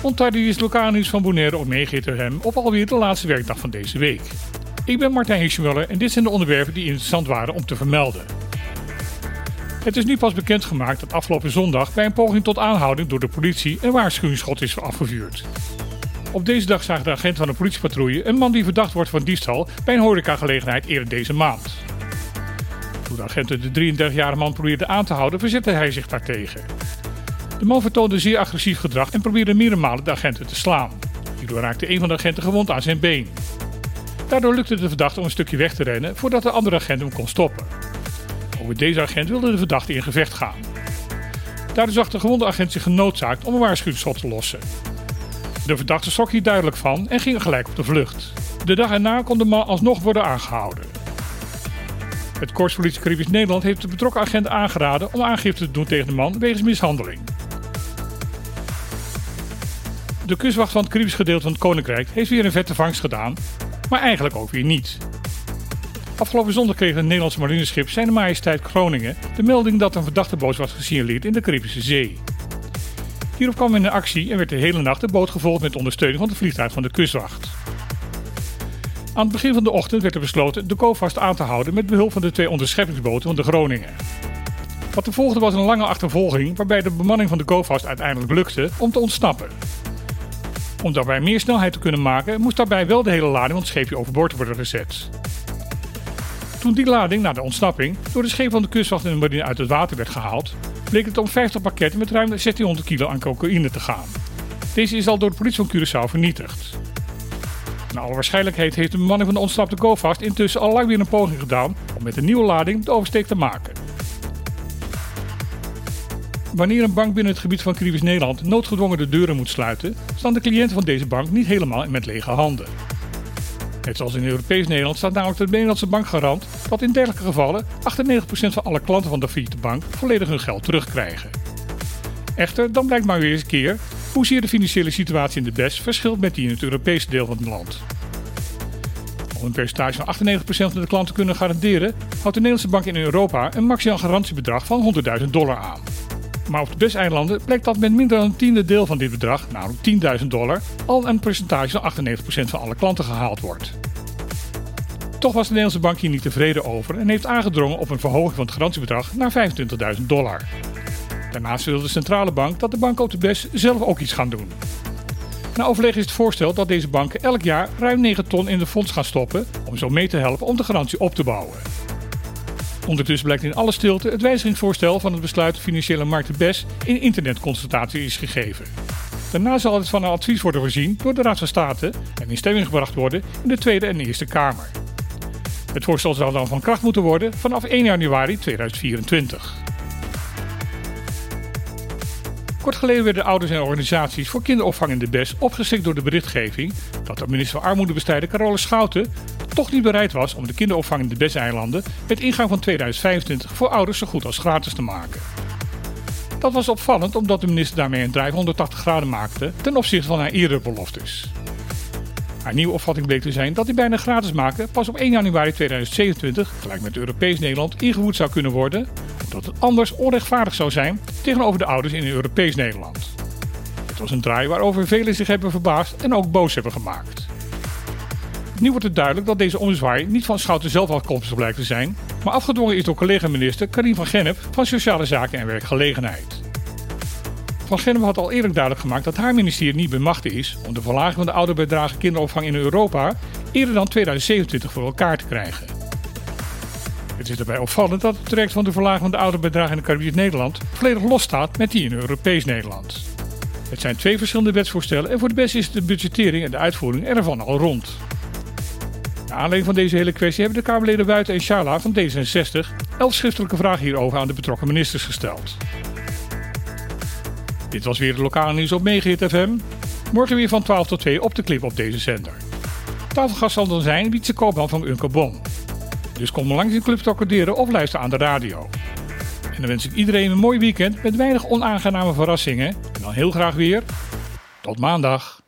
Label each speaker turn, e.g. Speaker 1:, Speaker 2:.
Speaker 1: Ontardi is het lokale nieuws van Bonaire op MeeGTFM op alweer de laatste werkdag van deze week. Ik ben Martijn Hirschmuller en dit zijn de onderwerpen die interessant waren om te vermelden. Het is nu pas bekendgemaakt dat afgelopen zondag bij een poging tot aanhouding door de politie een waarschuwingsschot is afgevuurd. Op deze dag zagen de agenten van de politiepatrouille een man die verdacht wordt van diefstal bij een horecagelegenheid eerder deze maand. Toen de agenten de 33-jarige man probeerden aan te houden, verzette hij zich daartegen. De man vertoonde zeer agressief gedrag en probeerde meerdere malen de agenten te slaan. Hierdoor raakte een van de agenten gewond aan zijn been. Daardoor lukte de verdachte om een stukje weg te rennen voordat de andere agent hem kon stoppen. Over deze agent wilde de verdachte in gevecht gaan. Daardoor zag de gewonde agent zich genoodzaakt om een waarschuwingsschot te lossen. De verdachte schrok hier duidelijk van en ging gelijk op de vlucht. De dag erna kon de man alsnog worden aangehouden. Het Korps Politie Caribisch Nederland heeft de betrokken agent aangeraden om aangifte te doen tegen de man wegens mishandeling. De kustwacht van het Caribisch gedeelte van het Koninkrijk heeft weer een vette vangst gedaan, maar eigenlijk ook weer niet. Afgelopen zondag kreeg een Nederlandse marineschip Zijne Majesteit Groningen de melding dat een verdachte boot was gesignaleerd in de Caribische Zee. Hierop kwam men in actie en werd de hele nacht de boot gevolgd met ondersteuning van het vliegtuig van de kustwacht. Aan het begin van de ochtend werd er besloten de Go-Fast aan te houden met behulp van de 2 onderscheppingsboten van de Groningen. Wat er volgde was een lange achtervolging waarbij de bemanning van de Go-Fast uiteindelijk lukte om te ontsnappen. Om daarbij meer snelheid te kunnen maken moest daarbij wel de hele lading van het scheepje overboord worden gezet. Toen die lading na de ontsnapping door de schepen van de kustwacht en de marine uit het water werd gehaald, bleek het om 50 pakketten met ruim 1600 kilo aan cocaïne te gaan. Deze is al door de politie van Curaçao vernietigd. Naar alle waarschijnlijkheid heeft de bemanning van de ontsnapte Go-Fast intussen al lang weer een poging gedaan om met een nieuwe lading de oversteek te maken. Wanneer een bank binnen het gebied van Caribisch Nederland noodgedwongen de deuren moet sluiten, staan de cliënten van deze bank niet helemaal met lege handen. Net zoals in Europees Nederland staat namelijk de Nederlandse bank garant dat in dergelijke gevallen 98% van alle klanten van de failliete bank volledig hun geld terugkrijgen. Echter, dan blijkt maar weer eens een keer hoezeer de financiële situatie in de BES verschilt met die in het Europese deel van het land. Om een percentage van 98% van de klanten te kunnen garanderen, houdt de Nederlandse bank in Europa een maximaal garantiebedrag van $100.000 aan. Maar op de BES-eilanden blijkt dat met minder dan een tiende deel van dit bedrag, namelijk $10.000, al een percentage van 98% van alle klanten gehaald wordt. Toch was de Nederlandse bank hier niet tevreden over en heeft aangedrongen op een verhoging van het garantiebedrag naar $25.000. Daarnaast wil de centrale bank dat de banken op de BES zelf ook iets gaan doen. Na overleg is het voorstel dat deze banken elk jaar ruim 9 ton in de fonds gaan stoppen om zo mee te helpen om de garantie op te bouwen. Ondertussen blijkt in alle stilte het wijzigingsvoorstel van het besluit Financiële Markten BES in internetconsultatie is gegeven. Daarna zal het van een advies worden voorzien door de Raad van State en in stemming gebracht worden in de Tweede en Eerste Kamer. Het voorstel zal dan van kracht moeten worden vanaf 1 januari 2024. Kort geleden werden ouders en organisaties voor kinderopvang in de BES opgeschrikt door de berichtgeving dat de minister van Armoedebestrijden Carolus Schouten toch niet bereid was om de kinderopvang in de BES-eilanden met ingang van 2025 voor ouders zo goed als gratis te maken. Dat was opvallend omdat de minister daarmee een draai van 180 graden maakte ten opzichte van haar eerdere beloftes. Haar nieuwe opvatting bleek te zijn dat die bijna gratis maken pas op 1 januari 2027, gelijk met Europees Nederland, ingevoerd zou kunnen worden, omdat het anders onrechtvaardig zou zijn tegenover de ouders in Europees Nederland. Het was een draai waarover velen zich hebben verbaasd en ook boos hebben gemaakt. Nu wordt het duidelijk dat deze ommezwaai niet van Schouten zelf afkomstig blijkt te zijn, maar afgedwongen is door collega-minister Karin van Gennep van Sociale Zaken en Werkgelegenheid. Van Gennep had al eerlijk duidelijk gemaakt dat haar ministerie niet bemachtigd is om de verlaging van de ouderbijdrage kinderopvang in Europa eerder dan 2027 voor elkaar te krijgen. Het is daarbij opvallend dat het traject van de verlaging van de ouderbijdrage in het Caribisch Nederland volledig losstaat met die in Europees Nederland. Het zijn 2 verschillende wetsvoorstellen en voor de BES is de budgettering en de uitvoering ervan al rond. Naar aanleiding van deze hele kwestie hebben de Kamerleden Buiten en Shala van D66 11 schriftelijke vragen hierover aan de betrokken ministers gesteld. Dit was weer het lokale nieuws op MeeGTFM. Morgen weer van 12 tot 2 op de clip op deze zender. Tafelgast zal dan zijn Wietse Koopman van Unke Bon. Dus kom langs in de club te accorderen of luister aan de radio. En dan wens ik iedereen een mooi weekend met weinig onaangename verrassingen. En dan heel graag weer tot maandag.